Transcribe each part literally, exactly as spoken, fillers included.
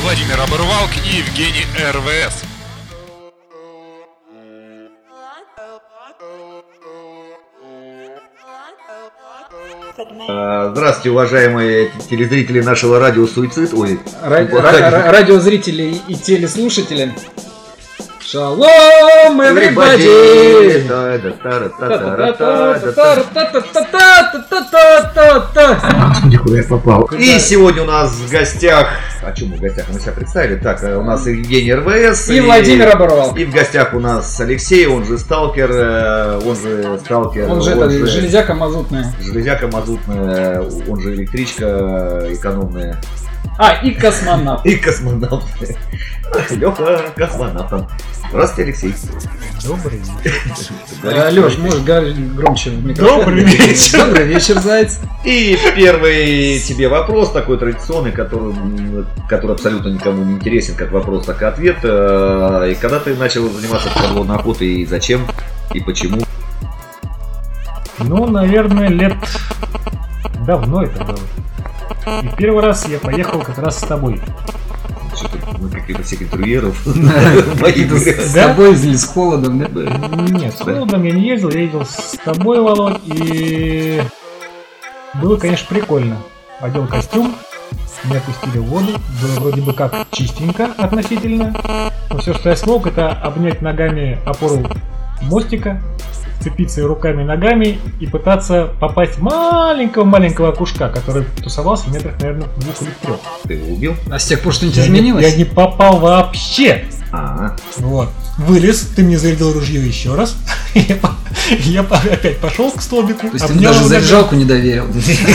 Владимир Оборвалк и Евгений эр вэ эс. Здравствуйте, уважаемые телезрители нашего радио «Суицид». Ой, радио, радиозрители и телеслушатели. Шалом, everybody! Нихуя попал. И сегодня у нас в гостях... А что мы в гостях? Мы себя представили. Так, у нас Евгений эр вэ эс. И, и Владимир Оборвалк. И в гостях у нас Алексей, он же Сталкер, он же Сталкер. Он же, он же железяка мазутная. Железяка мазутная, он же электричка экономная. А, и космонавт. И космонавт. Лёха космонавтом. Здравствуйте, Алексей. Добрый вечер. Лёш, можешь громче в микрофон? Добрый вечер. Добрый вечер, заяц. И первый тебе вопрос, такой традиционный, который, который абсолютно никому не интересен, как вопрос, так и ответ. И когда ты начал заниматься подводной охотой, и зачем, и почему? Ну, наверное, лет давно это было. И первый раз я поехал как раз с тобой. Что-то мы каких-то всех интервьюеров. С тобой или с холодом, да? Нет, с холодом я не ездил, я ездил с тобой, Володь, и было, конечно, прикольно. Одел костюм, меня пустили в воду, было вроде бы как чистенько относительно. Но все, что я смог, это обнять ногами опору мостика, цепиться руками и ногами и пытаться попасть в маленького-маленького окушка, который тусовался в метрах, наверное, двух или трех. Ты его убил? А с тех пор что-нибудь я изменилось? Не, я не попал вообще. А-а. Вот. Вылез, ты мне зарядил ружье еще раз. я, я опять пошел к столбику. То есть ты мне даже заряжалку не доверил?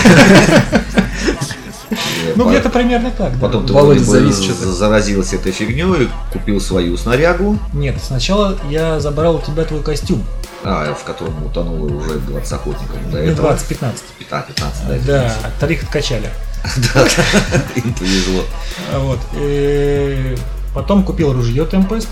Ну, где-то примерно так. Потом ты Володя завис что-то. Заразился этой фигней, купил свою снарягу. Нет, сначала я забрал у тебя твой костюм. А, в котором утонуло уже двадцать охотников. До Не этого. двадцать-пятнадцать. А, пятнадцать, да. Да, вторых откачали. Да, им повезло. Вот. Потом купил ружье Темпест.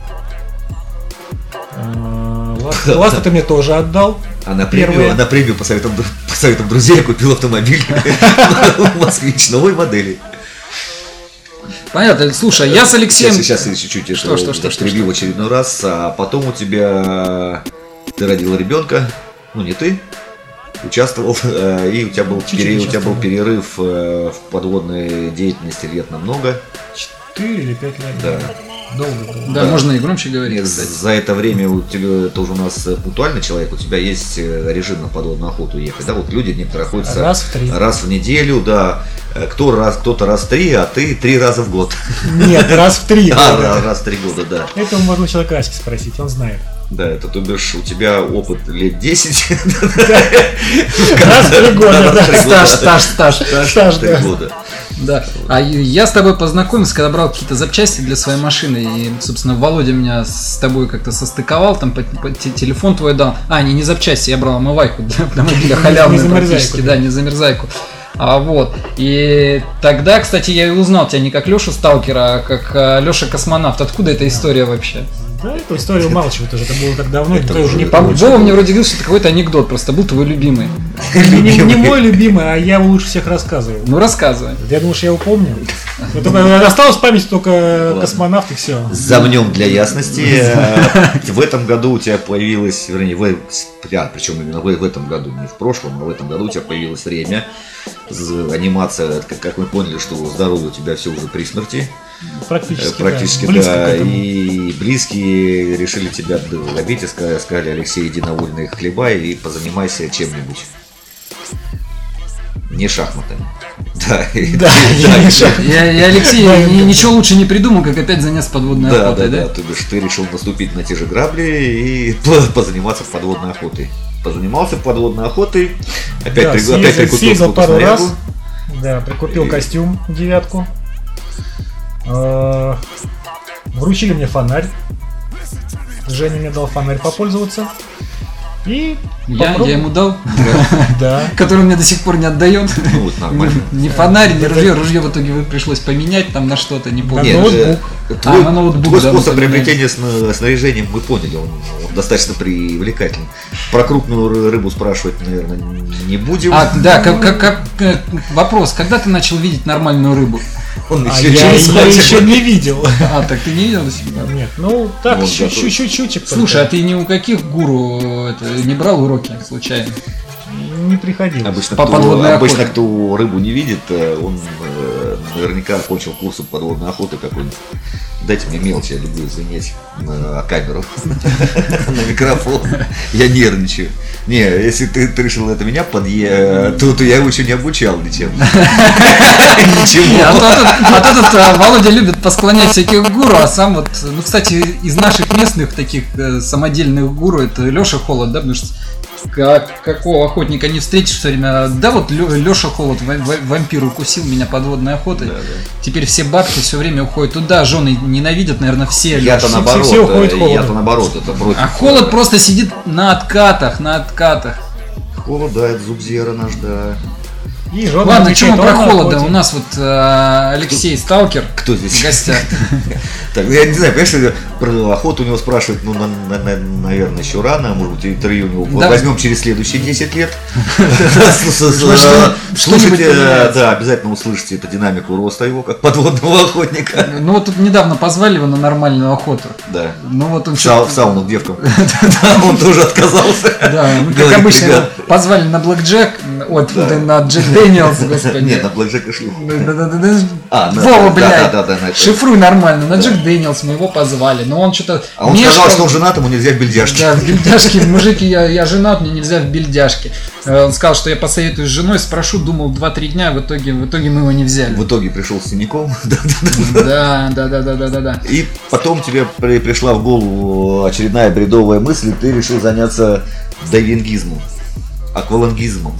Ласта ты мне тоже отдал. А на премию, на премию по советам, по советам друзей купил автомобиль Москвич новой модели. Понятно, слушай, я с Алексеем... Сейчас, сейчас чуть-чуть что, что, что, что, прибью в очередной раз, а потом у тебя... Ты родил ребенка, ну не ты, участвовал, и у тебя был, перерыв, у тебя был перерыв в подводной деятельности лет намного. Четыре или пять лет. Да. Долго было. Да, да, можно и громче говорить. Нет, за это время у тебя тоже у нас пунктуальный человек, у тебя есть режим на подводную охоту ехать. Да, вот люди некоторые охотятся раз в три. Раз в неделю, да. Кто раз, кто-то раз в три, а ты три раза в год. Нет, раз в три. А, раз в три года, да. Это можно человека Аськи спросить, он знает. Да, это то бишь у тебя опыт лет десять. Раз в три года. Стаж, стаж, стаж. Стаж, три года. Да. А я с тобой познакомился, когда брал какие-то запчасти для своей машины. И, собственно, Володя меня с тобой как-то состыковал, там по, по, телефон твой дал. А, не, не запчасти, я брал омывайку для автомобиля халявную практически, да, не замерзайку. А вот. И тогда, кстати, я и узнал тебя не как Лешу Сталкера, а как Леша Космонавт. Откуда эта история вообще? Да, эту историю умалчивают уже, это было так давно, это уже не получится. Вова мне вроде говорил, что это какой-то анекдот, просто был твой любимый. Не, не мой любимый, а я его лучше всех рассказываю. Ну рассказывай. Я думаю, что я его помню. Осталось в памяти только Космонавт и все. Замнем для ясности. В этом году у тебя появилось, вернее, в, а, причем именно в, в этом году, не в прошлом, но в этом году у тебя появилось время заниматься, как мы поняли, что здоровье у тебя все уже при смерти. Практически, Практически, да. да. И близкие решили тебя добить и сказали: Алексей, иди на вольные хлеба и позанимайся чем-нибудь. Не шахматами. Да, да, я, я Алексей ничего лучше не придумал, как опять заняться подводной да, охотой, да? Да, да, то бишь ты решил наступить на те же грабли и позаниматься подводной охотой. Позанимался подводной охотой, опять, да, при, съездил, опять прикупил съездил пару снарягу. раз, да, прикупил и... костюм девятку. Вручили мне фонарь. Женя мне дал фонарь попользоваться. И я, я ему дал, да. Который мне до сих пор не отдает. Ну, вот нормально. Не фонарь, не ружье. Ружье в итоге пришлось поменять там на что-то, не помню. Ноутбук. Твой, А, на ноутбук, твой да, способ мы поменялись. приобретения сна- снаряжением мы поняли, он, он достаточно привлекательный. Про крупную ры- рыбу спрашивать, наверное, не будем. А, да, как, как, как, э, вопрос, когда ты начал видеть нормальную рыбу? Он А еще я через ее хватит. еще не видел. А, так ты не видел до сих пор? Нет, ну так, Вот, чуть-чуть, чуть-чуть. Слушай, а ты ни у каких гуру это, не брал уроки случайно? не приходилось. Обычно, По кто, подводной обычно охоте. кто рыбу не видит, э, он э, наверняка окончил курсы подводной охоты какой-нибудь. Дайте мне мелочь, я люблю звенеть на камеру, на микрофон. Я нервничаю. Не, если ты, ты решил это меня подъе, то, то я его еще не обучал ничем. Не, Ничего. А то этот- а то этот, э, Володя любит посклонять всяких гуру, а сам вот, ну, кстати, из наших местных таких э, самодельных гуру это Леша Холод, да, потому что как, какого охотника не встретишь все время. Да вот Леша Холод, ва- ва- вампир укусил меня подводной охотой. Да, да. Теперь все бабки все время уходят туда, жены ненавидят, наверное, все. Я-то Лёшу. наоборот, все уходят э, холодом. я-то наоборот, это против. А Холод просто сидит на откатах, на откатах. Холод, да, это Зубзера наш, да. И жёны Ладно, отвечают, чему про он на Холода? охоте. У нас вот э, Алексей Сталкер Кто в здесь? гостях. Так, я не знаю, понимаешь, про охоту у него спрашивать, ну, на- на- на- наверное, еще рано, может быть, интервью у него Да. возьмем через следующие десять лет. Что-нибудь Слушайте, поменяется. да, обязательно услышите эту динамику роста его, как подводного охотника. Ну вот тут недавно позвали его на нормальную охоту. Да. Ну вот он В сау- чё-то- в сауну к девкам. Он тоже отказался. Да, ну, как Говорит, обычно, ребят, его позвали на Блэк Джек, вот, Да. на Джек Дэниелс, господи. Нет, на Блэкджека шлюху. Да-да-да-да. А, на- Вова, да, блядь, да, да, да, на это. шифруй нормально, на Да. Джек Дэниелс мы его позвали, но он что-то А он сказал, что он женат, ему нельзя в бельдяшке. Да, в бельдяшке, мужики, я, я женат, мне нельзя в бельдяшке. Э, Он сказал, что я посоветую с женой, спрошу, думал два-три дня, в итоге, в итоге мы его не взяли. В итоге пришел с синяком. Да, да, да. Да, да, да, да, да, да, да. И потом тебе при- пришла в голову очередная бредовая мысль, и ты решил заняться дайвингизмом, аквалангизмом.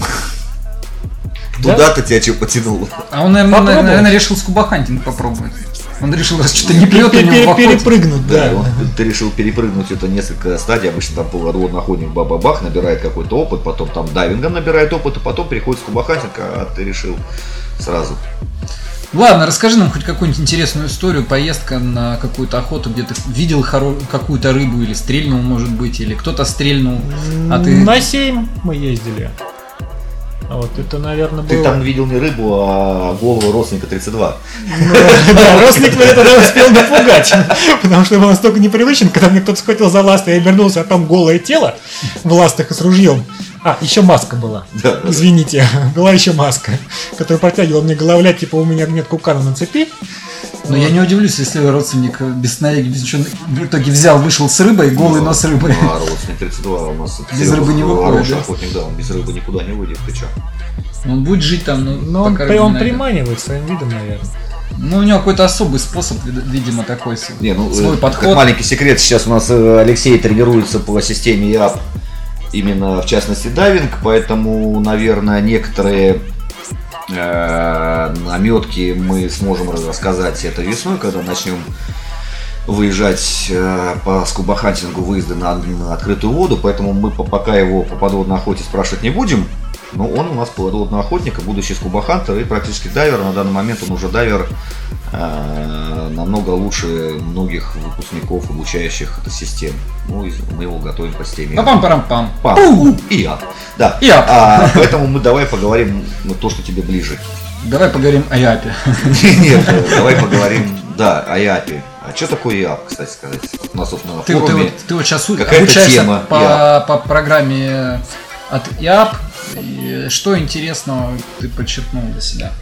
Да? Туда-то тебя что потянуло? А он, наверное, Попробовал. наверное, решил скубахантинг попробовать. Он решил, раз что-то не прет у него в Пере- охоте. Перепрыгнуть, Да, да. он- ты решил перепрыгнуть это несколько стадий, обычно там подводный охотник баба-бах набирает какой-то опыт, потом там дайвингом набирает опыт, и потом переходит в скубахантинг, а ты решил сразу. Ладно, расскажи нам хоть какую-нибудь интересную историю, поездка на какую-то охоту, где ты видел хоро- какую-то рыбу или стрельнул, может быть, или кто-то стрельнул, а ты... На семь мы ездили. Вот, это, наверное, Ты было... там видел не рыбу, а голову родственника тридцать два. Да, родственник меня тогда успел напугать, потому что я был настолько непривычен, когда мне кто-то схватил за ласты, я обернулся, а там голое тело в ластах и с ружьем. А, еще маска была. Да, да. Извините, была еще маска, которая протягивала мне головля, типа у меня нет кукана на цепи. Но я не удивлюсь, если родственник без снаги, без ничего, в итоге взял, вышел с рыбой, голый, но с рыбой. А родственник тридцать два у нас Без Серёга рыбы не выходит, хороший да? охотник, да, он без рыбы никуда не выйдет, ты чё? Он будет жить там, ну, Но он, пока при- рыбу он не найдет. приманивает своим видом, наверное. Ну, у него какой-то особый способ, вид- видимо, такой свой, Не, ну, свой э, подход. как маленький секрет, сейчас у нас э, Алексей тренируется по системе ИАП, именно в частности дайвинг, поэтому, наверное, некоторые э, наметки мы сможем рассказать это весной, когда начнем выезжать э, по скубахантингу, выезды на, на открытую воду, поэтому мы по- пока его по подводной охоте спрашивать не будем. Но он у нас подводный охотник, и будущий скубахантер и практически дайвер. На данный момент он уже дайвер э, намного лучше многих выпускников, обучающих этой системы. Ну, и мы его готовим по системе. Пам-пам-пам-пам. Пам. И ап. Да. И ап. А, поэтому мы давай поговорим ну, то, что тебе ближе. Давай поговорим о Япе. Нет, давай поговорим, да, о ИАПе. А что такое ИАП, кстати сказать? У нас вот на Ты, ты, форуме вот, ты вот сейчас какая-то обучаешься тема, по, по программе от ИАП. И что интересного ты подчеркнул для себя?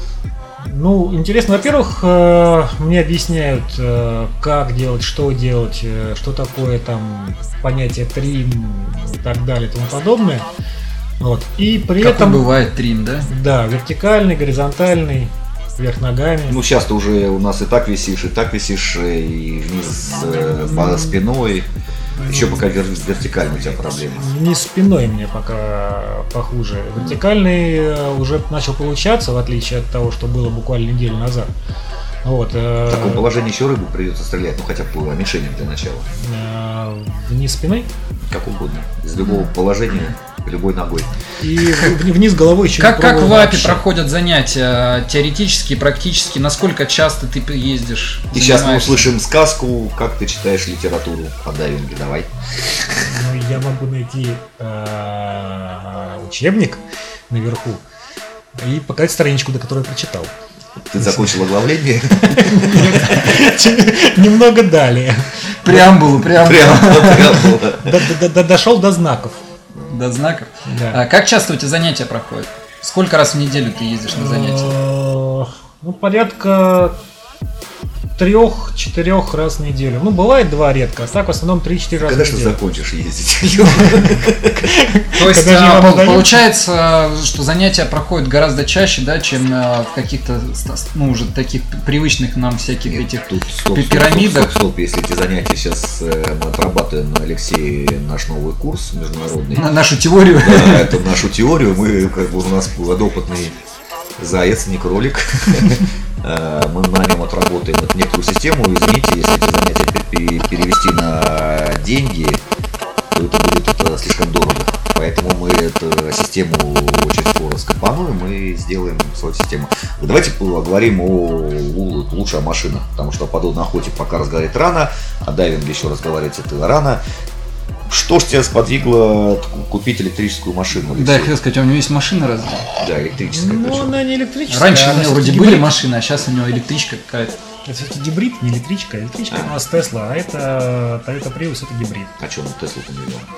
Ну, интересно, во-первых, э, мне объясняют, э, как делать, что делать, э, что такое там понятие трим и так далее и тому подобное. Вот. И при Какой этом, бывает трим, да? да, вертикальный, горизонтальный, вверх ногами. Ну, сейчас ты уже у нас и так висишь, и так висишь, и вниз э, по спиной. Еще пока вер- вертикально у тебя проблемы. Не спиной мне пока похуже. Вертикальный э, уже начал получаться, в отличие от того, что было буквально неделю назад. Вот, э, В таком положении еще рыбу придется стрелять, ну хотя бы по мишеням для начала. э, вниз спиной. Как угодно. Из любого положения любой ногой. И вниз головой еще как, как в АПе проходят занятия теоретически, практически? Насколько часто ты ездишь? И сейчас мы услышим сказку, как ты читаешь литературу о дайвинге. Давай. Ну, я могу найти э, учебник наверху и показать страничку, до которой я прочитал. Ты закончил оглавление? Немного далее. Преамбулу, преамбулу. Дошел до знаков. До знаков? А как часто у тебя занятия проходят? Сколько раз в неделю ты ездишь на занятия? Ну, порядка трех-четырех раз в неделю. Ну, бывает два редко, а так в основном три-четыре раза в неделю. Когда же закончишь ездить? То есть получается, что занятия проходят гораздо чаще, да, чем в каких-то, ну, уже таких привычных нам всяких этих пирамидах. Стоп, стоп, если эти занятия сейчас мы отрабатываем на Алексее наш новый курс международный. На нашу теорию. Да, это нашу теорию. Мы, как бы, у нас подопытный заяц, не кролик. Мы на нем отработаем эту некоторую систему. Извините, если эти занятия перевести на деньги, то это будет это слишком дорого. Поэтому мы эту систему очень скоро скомпонуем и сделаем свою систему. Давайте поговорим о лучше о машинах, потому что о подводной охоте пока разговаривать рано, о дайвинге еще разговаривать это рано. Что ж тебя сподвигло купить электрическую машину? Да, я хотел сказать, у него есть машина разве? Да, электрическая. Ну, причем. она не электрическая. Раньше у него вроде были машины, а сейчас у него электричка какая-то. Это все-таки гибрид, не электричка. Электричка а. у нас Tesla, а это Toyota Prius, это гибрид. А что, ну Tesla-то не взял?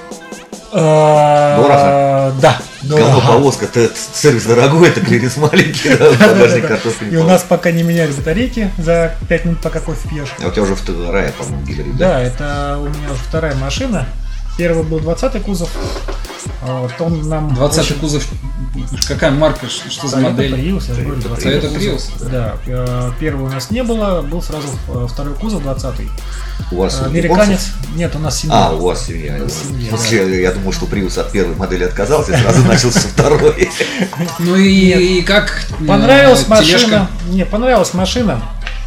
Дорого? Да. Говноповозка, сервис дорогой, это клиренс маленький, багажник картофель. И у нас пока не меняли батарейки за пять минут, пока кофе пьешь. А у тебя уже вторая, по-моему, гибрид, да? Да, это у меня уже вторая машина. Первый был двадцатый кузов. Вот он нам двадцатый очень... кузов. Какая марка? Что за модель? Prius, Toyota Prius. Да. Первый у нас не было, был сразу второй кузов, двадцатый. У вас американец? Нет, у нас семья. А, у вас семья. У нас семья, да. Я думал, что Prius от первой модели отказался, сразу начал со второй. Ну и как? Понравилась машина. Не, понравилась машина.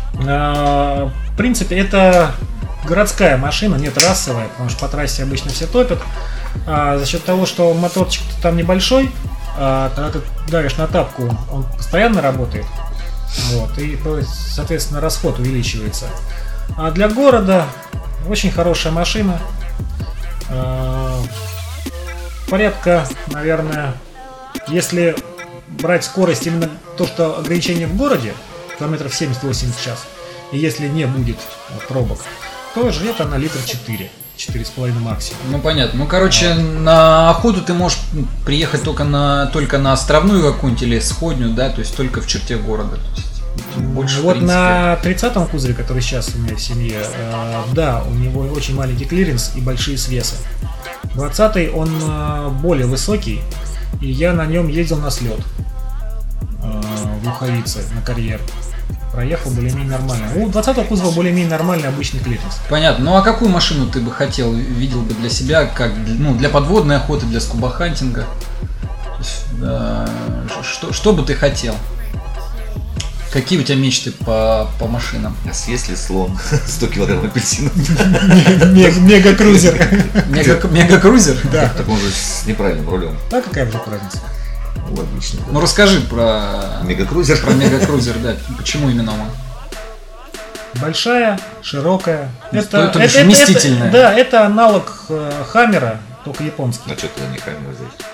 В принципе, это городская машина, не трассовая, потому что по трассе обычно все топят. А за счет того, что моторчик там небольшой, а когда ты давишь на тапку, он постоянно работает. Вот, и, соответственно, расход увеличивается. А для города очень хорошая машина. А, порядка, наверное, если брать скорость именно то, что ограничение в городе, километров семьдесят-восемьдесят в час, и если не будет вот, пробок, то жрет она литр четыре. четыре с половиной максимум. Ну понятно. Ну короче, вот. На охоту ты можешь приехать только на только на островную какую-нибудь или сходнюю, да, то есть только в черте города. То есть больше, вот на тридцатом кузове, который сейчас у меня в семье, э, да, у него очень маленький клиренс и большие свесы. двадцатый он э, более высокий, и я на нем ездил на слет э, в Луховице на карьер. Проехал более-менее нормально. У двадцатого кузова более-менее нормальный обычный клиренс. Понятно. Ну а какую машину ты бы хотел, видел бы для себя, как ну, для подводной охоты, для скубахантинга? Да, что, что бы ты хотел? Какие у тебя мечты по, по машинам? А съест ли слон сто килограмм апельсинов? Мега-крузер. Мега-крузер? Да. Так он же с неправильным рулем. Да, какая же разница? Логично. Да. Ну расскажи про мегакрузер. Про мегакрузер, да. Почему именно он? Большая, широкая. Это, это, это, это вместительная. Это, да, это аналог э, Хаммера, только японский. А что тогда не Хаммер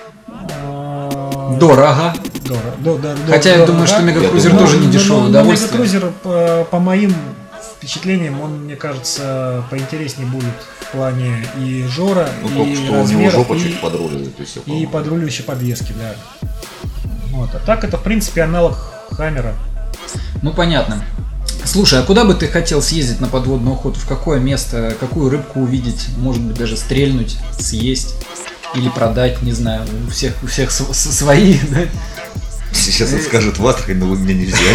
здесь? Дорого. Дорого. До, до, Хотя до, я думаю, что мегакрузер тоже не дешевое удовольствие. Мегакрузер, по, по моим впечатлениям, он, мне кажется, поинтереснее будет в плане и жора, ну, и что размеров, жопа и, чуть подруливает, и, все, и подруливающей подвески, да. Вот. А так это, в принципе, аналог Хаммера. Ну, понятно. Слушай, а куда бы ты хотел съездить на подводную охоту? В какое место? Какую рыбку увидеть? Может быть, даже стрельнуть, съесть? Или продать, не знаю. У всех, у всех свои, да? Сейчас он скажет в Астрахань, но вы меня не взяли.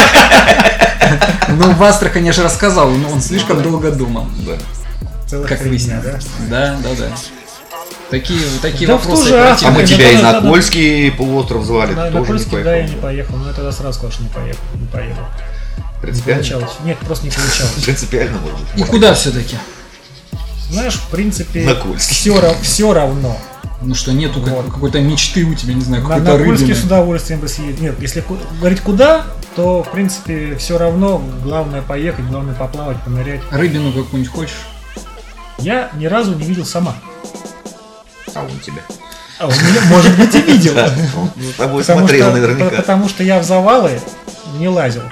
Ну, в Астрахани я же рассказал, но он слишком долго думал. Да. Как выяснилось. Да, да, да. Такие, такие да вопросы. А мы тебя и на Кольский полуостров звали, на, ты на тоже Кольский, не поехал? Да, я не поехал, но я тогда сразу сказал, что не поехал. Не поеду. Принципиально? Не получалось. Нет, просто не получалось. Принципиально, может быть. И куда все-таки? Знаешь, в принципе, на Кольский. все, все равно. Ну что, нету как- Вот. какой-то мечты у тебя, не знаю, На, какой-то на Кольский рыбины? с удовольствием бы съездил. Нет, если ку- говорить куда, то, в принципе, все равно. Главное поехать, главное поплавать, понырять. Рыбину какую-нибудь хочешь? Я ни разу не видел сама. А он тебя. А у меня, может быть, и видел. Да, он за тобой Потому смотрел что, наверняка. потому что я в завалы не лазил.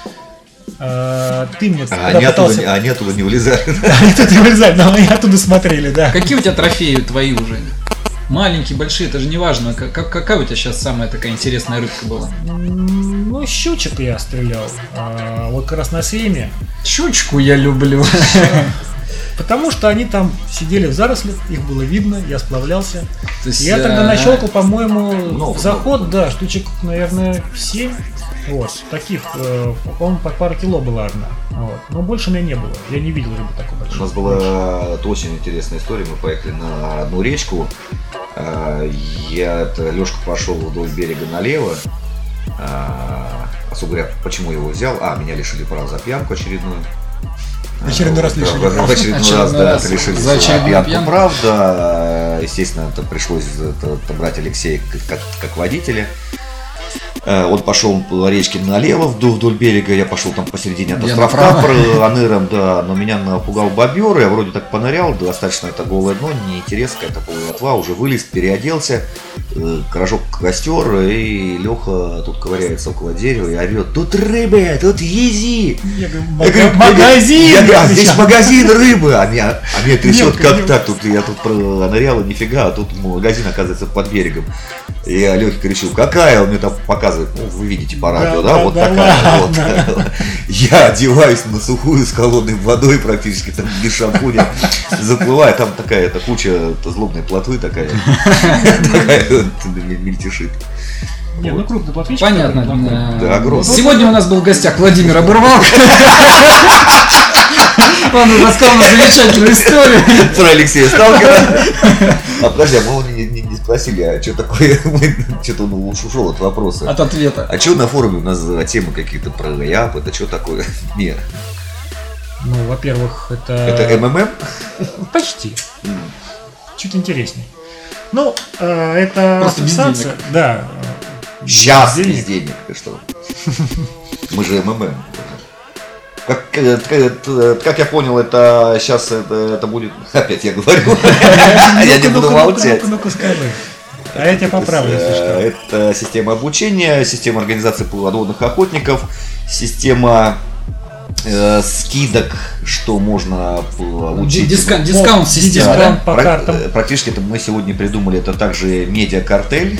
А, ты мне А когда они оттуда, пытался... они оттуда не улезали. Они тут не вылезали, но они оттуда смотрели, да. Какие у тебя трофеи твои уже? Маленькие, большие, это же не важно. Как- как- какая у тебя сейчас самая такая интересная рыбка была? М, Ну, щучек я стрелял. А, вот как раз на сейме. Щучку я люблю. Потому что они там сидели в зарослях, их было видно, я сплавлялся. То есть, Я э, тогда нащелкал, по-моему, Много, в заход, да, штучек, наверное, семь. Вот, таких, э, по-моему, по пару кило была одна. Вот. Но больше у меня не было. Я не видел рыбы такой У большой. нас была это очень интересная история. Мы поехали на одну речку. А, Я, это, Лешка пошел вдоль берега налево. А, Особо говоря, почему я его взял? А, меня лишили прав за пьянку очередную. В очередной раз Да, лишили в- прав. В очередной раз, Очередной да, раз лишили за за очередную пьянку пьянку. прав, да. Естественно, это пришлось это, это брать Алексея как, как, как водителя. Э, Он пошел по речке налево вдоль, вдоль берега, я пошел там посередине от Я островка направо. про аныром, да, но меня напугал бобер, я вроде так понырял, достаточно это голое дно, неинтересно, какая-то полуотва, уже вылез, переоделся, э, рожок костер, и Леха тут ковыряется около дерева и орет: тут рыбы, тут ези! Я говорю, Я говорю, «Мага- магазин! Я говорю, а здесь кричал. магазин рыбы, а меня, а меня трясет Мелко, как мелко. так, тут я тут нырял, и нифига, а тут магазин оказывается под берегом. И я Лехе кричу: какая? Он мне там показывает, ну вы видите по радио, Да, да, да, вот да такая ладно. вот. Я одеваюсь на сухую с холодной водой практически, там без шампуня, заплываю, там такая эта куча это, злобной плотвы такая, такая вот, мельтешит. Не, ну Вот. крупный плотвичка. Понятно. такой, э, Да, огромный. Сегодня у нас был в гостях Владимир Обырвал. Он рассказал нам замечательную историю. Про Алексея Сталкера. А подожди, а мы его не, не- не спросили, а что такое? Мы что-то он уж ушел от вопроса. От ответа. А что на форуме у нас за темы какие-то про ЯП? Это что такое? Нет. Ну, во-первых, это... Это МММ? Почти. Чуть интереснее. Ну, э, это Просто без ассоциация. денег. Да. Сейчас Без без денег. Ты что? Мы же МММ. Как, э, э, как я понял, это сейчас это, это будет... Опять я говорю. Я не буду Ну-ка, ну-ка, молчать. ну-ка, ну-ка, скажи. А я тебя поправлю, если что. Это система обучения, система организации подводных охотников, система э, скидок, что можно получить. Диска- Вот, Дискаунт система, дискаунт да? по Пра- картам. э, Практически это мы сегодня придумали, это также медиакартель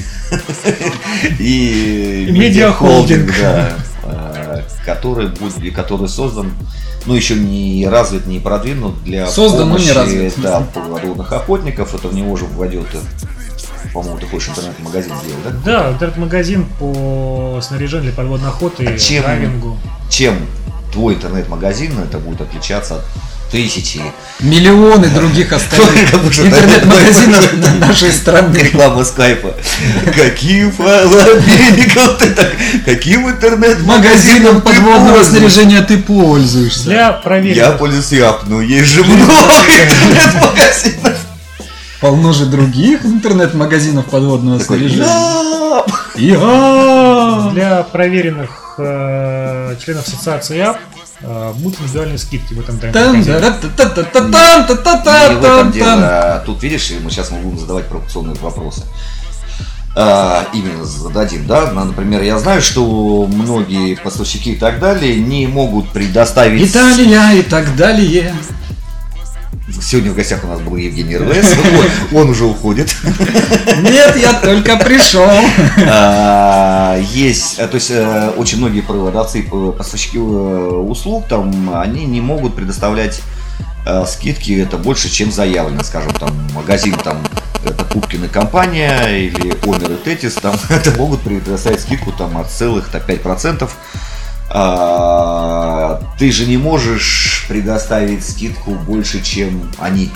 и И медиахолдинг. да, э, который будет, который создан, ну еще не развит, не продвинут для Создан, но не помощи, развит. да, подводных охотников. Это в него же вводит, э, по-моему, ты хочешь интернет-магазин сделать, да? Да, интернет-магазин по снаряжению для подводной охоты, А чем- дайвингу. Чем твой интернет-магазин это будет отличаться от тысячи Миллионы других остальных Потому что интернет-магазинов это- на- нашей страны. реклама скайпа. Какие файлобеников ты так, каким интернет-магазином Магазином ты подводного пользуешься? снаряжения ты пользуешься. Для Я проверенных. пользуюсь Яп, но есть же много интернет-магазинов. Полно же других интернет-магазинов подводного Такой, снаряжения. «Яп». Я! Для проверенных э, членов ассоциации АП э, будут индивидуальные скидки в этом интернет-магазине. Не в этом Тан-да-ра-та-та-та-та-та-та-та-та-та. дело. Тут видишь, мы сейчас мы будем задавать провокационные вопросы. А, именно зададим, да? Ну, например, я знаю, что многие поставщики и так далее не могут предоставить. Италия и так далее. Сегодня в гостях у нас был Евгений РВС, он, он уже уходит. Нет, я только пришел. А, Есть, а, то есть э, очень многие продавцы, и поставщики э, услуг, там, они не могут предоставлять э, скидки, это больше, чем заявлено, скажем, там, магазин, там, это Пупкина компания или Омер и Тетис, там, это могут предоставить скидку там от целых до пять процентов. А, ты же не можешь предоставить скидку больше, чем они.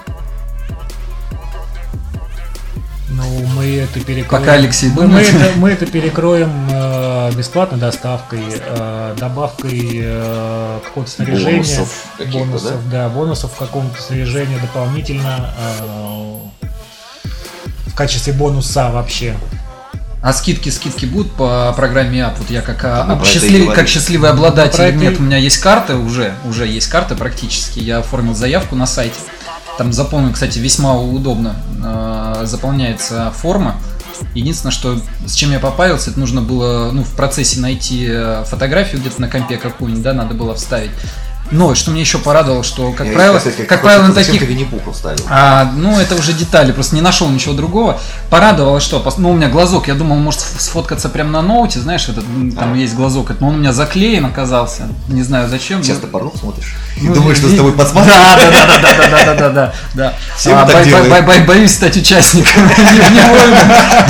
Ну, мы это перекроем. Пока Алексей мы, мы, думает. это, мы это перекроем э, бесплатной доставкой, э, добавкой э, какого-то снаряжения. Бонусов каких-то, бонусов, да? бонусов какого-то снаряжения дополнительно. Э, в качестве бонуса вообще. А скидки, скидки будут по программе App? Вот я как, Ну, а, про счастлив- это и как счастливый обладатель, про это нет, и- у меня есть карта уже, уже есть карта практически. Я оформил заявку на сайте. Там заполнен, кстати, весьма удобно. э, Заполняется форма. Единственное, что с чем я попарился, это нужно было, ну, в процессе найти э, фотографию где-то на компе какую-нибудь, да, надо было вставить. Но что мне еще порадовало, что, как Я правило, хотел сказать, как правило, на зачем таких... ты Винни-Пуха вставил? А, ну, это уже детали, просто не нашел ничего другого. Порадовало, что, пос- ну, у меня глазок, я думал, может сф- сфоткаться прямо на ноуте, знаешь, этот, м, там А. есть глазок, но он у меня заклеен оказался, не знаю зачем. Часто ну, порнуху смотришь? И ну, думаешь, что и- с тобой подсматривают? Да, да, да, да, да, да, да, да, да, да. Все мы А, так бо- бо- делаем. бо- бо- Боюсь стать участником невольно.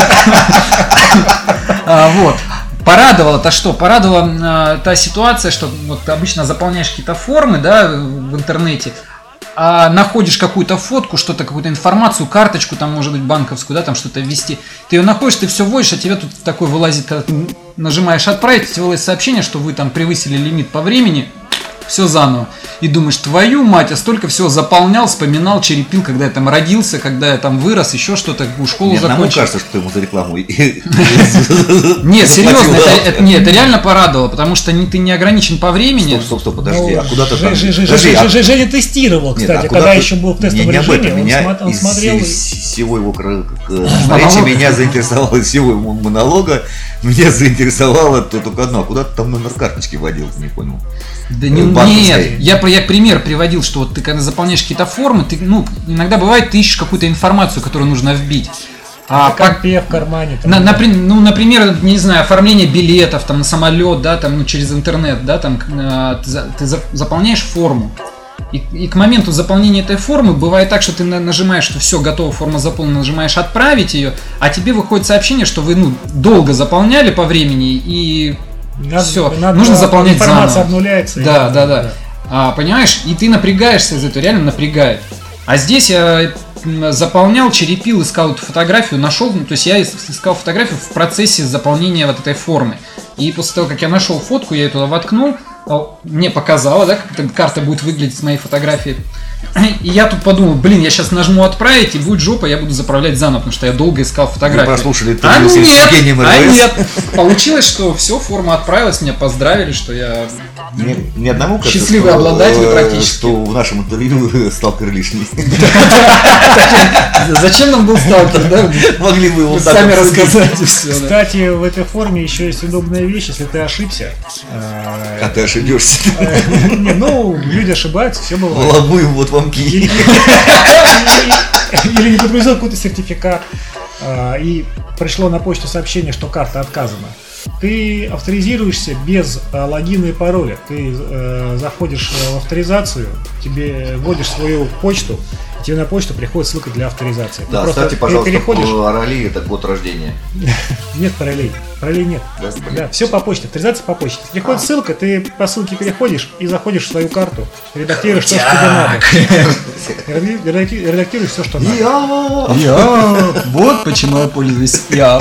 А, Вот. Порадовало-то что? Порадовала э, та ситуация, что вот ты обычно заполняешь какие-то формы, да, в интернете, а находишь какую-то фотку, что-то, какую-то информацию, карточку, там, может быть, банковскую, да, там что-то ввести. Ты ее находишь, ты все вводишь, а тебе тут такой вылазит, когда ты нажимаешь отправить, тебе вылазит сообщение, что вы там превысили лимит по времени, все заново. И думаешь, твою мать, я столько всего заполнял, вспоминал, черепил, когда я там родился, когда я там вырос, еще что-то, школу Мне одному закончил. кажется, что ты ему за рекламу Нет, заплатил, серьезно, да. это, это- нет, это реально порадовало, потому что не, ты не ограничен по времени. Стоп, стоп, стоп, подожди, Ну, а куда ты Ж- там? Ж- Ж- Подожди, Ж- а- Ж- Женя тестировал, Нет, кстати, а куда когда ты- еще был в тестовом не, не об режиме, этом. он, Меня смо- он из смотрел... из всего его кра- к- смотрите, Монолог. меня заинтересовало из всего его монолога, меня заинтересовало то только одно, а куда ты там номер карточки вводил, не понял. Да не- банковской. нет, я, про- я пример приводил, что вот ты когда заполняешь какие-то формы, ты, ну, иногда бывает, ты ищешь какую-то информацию, которую нужно вбить. А в по- компе, в кармане. там, на- да. напри- ну, например, не знаю, оформление билетов там, на самолет, да, там, ну, через интернет, да, там, э, ты, за- ты за- заполняешь форму. И, и к моменту заполнения этой формы бывает так, что ты на- нажимаешь, что все, готова, форма заполнена, нажимаешь отправить ее, а тебе выходит сообщение, что вы, ну, долго заполняли по времени и Надо- всё, надо- нужно заполнять информация заново. обнуляется. и- Да, да, да. А, понимаешь, и ты напрягаешься из этого, реально напрягает. А здесь я м, заполнял, черепил, искал эту фотографию, нашел, ну, то есть я ис- искал фотографию в процессе заполнения вот этой формы. И после того, как я нашел фотку, я ее туда воткнул, а, мне показало, да, как эта карта будет выглядеть с моей фотографией. И я тут подумал, блин, я сейчас нажму отправить, и будет жопа, я буду заправлять заново, потому что я долго искал Вы фотографию. прослушали А интервью с нет, Евгением а эр вэ эс? нет. Получилось, что все, форма отправилась, меня поздравили, что я Мне, мне одному кажется, Счастливый что, обладатель э, практически. что в нашем интервью сталкер лишний. Зачем нам был сталкер, да? Могли бы его Вы так сами обсудить. рассказать и все. Кстати, в этой форме еще есть удобная вещь, если ты ошибся. э, А ты ошибешься. э, Не, ну, люди ошибаются, все бывает. Лобуем вот вам Или кий. или не подгрузил какой-то сертификат, а, и пришло на почту сообщение, что карта отказана. Ты авторизируешься без а, логина и пароля. Ты э, заходишь в авторизацию, тебе вводишь свою почту, и тебе на почту приходит ссылка для авторизации. Ты Да, просто кстати, пожалуйста, переходишь. Орали это год рождения. Нет паролей. Паролей нет. Да, блин. Да, все по почте. Авторизация по почте. Приходит А. ссылка, ты по ссылке переходишь и заходишь в свою карту, редактируешь то, что тебе надо. Редаки- редаки- Редактируешь все, что надо. Я. Я, вот почему я пользуюсь я.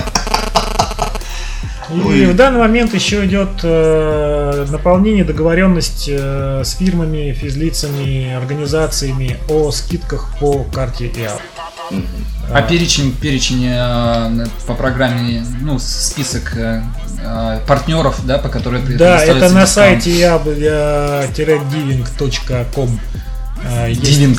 И Ой. в данный момент еще идет э, наполнение, договоренность э, с фирмами, физлицами, организациями о скидках по карте и эй ар. А перечень, перечень э, по программе, ну, список э, э, партнеров, да, по которой ты Да, это предоставляется на дискаунт. сайте ea-diving точка com. э, есть- Дивинг.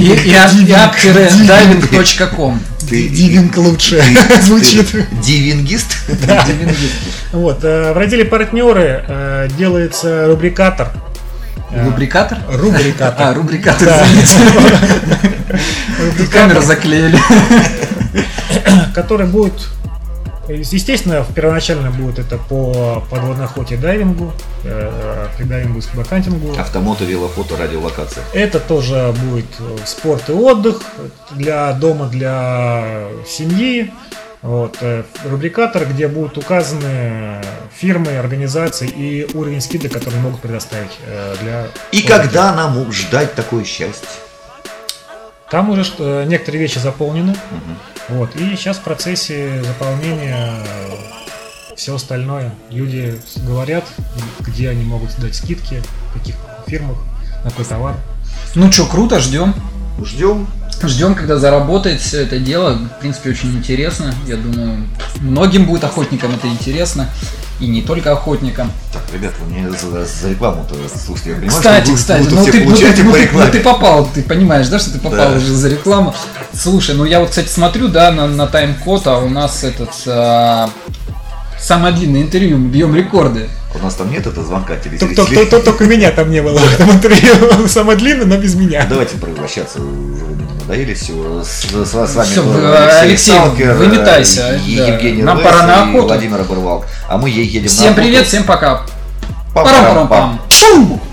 Яп точка ком. Ты- Дивинг лучше ты- звучит. ты Дивингист? Вот, э, в разделе партнеры э, делается рубрикатор. Э, Рубрикатор? Рубрикатор. А, рубрикатор, Да. извините. Рубрикатор, Камеру заклеили. который будет, естественно, первоначально будет это по подводной охоте и дайвингу, э, фридайвингу и скубокантингу. Автомото, велофото, радиолокация. Это тоже будет спорт и отдых для дома, для семьи. Вот, э, рубрикатор, где будут указаны фирмы, организации и уровень скидок, которые могут предоставить э, для... И отдыха. когда нам ждать такое счастье? Там уже что- некоторые вещи заполнены. Вот, и сейчас в процессе заполнения все остальное. Люди говорят, где они могут дать скидки, в каких фирмах, на какой товар. Ну что, круто, ждем. Ждем. Ждем, когда заработает все это дело. В принципе, очень интересно. Я думаю, многим будет охотникам это интересно. И не только охотникам. Так, ребят, вы мне за, за рекламу-то, слушайте, я понимаю, кстати, что кстати, вы, ну, ты, ну, ты, ну, ты, ну ты попал, ты понимаешь, да, что ты попал да. уже за рекламу. Слушай, ну я вот, кстати, смотрю, да, на, на тайм-код, а у нас этот а, самое длинное интервью, мы бьем рекорды. У нас там нет этого звонка телезрителей. Только, только меня там не было в этом интервью. Самое длинное, но без меня. Давайте превращаться, уже вы надоели все. С, с, с вами Все, был Алексей, Алексей Салкер, выметайся. и Да. Евгений Нам Рвес, пора на и охоту. Владимир Оборвал. А мы едем Всем на охоту. привет, всем пока. Пам-пам-пам. Парам-парам-пам.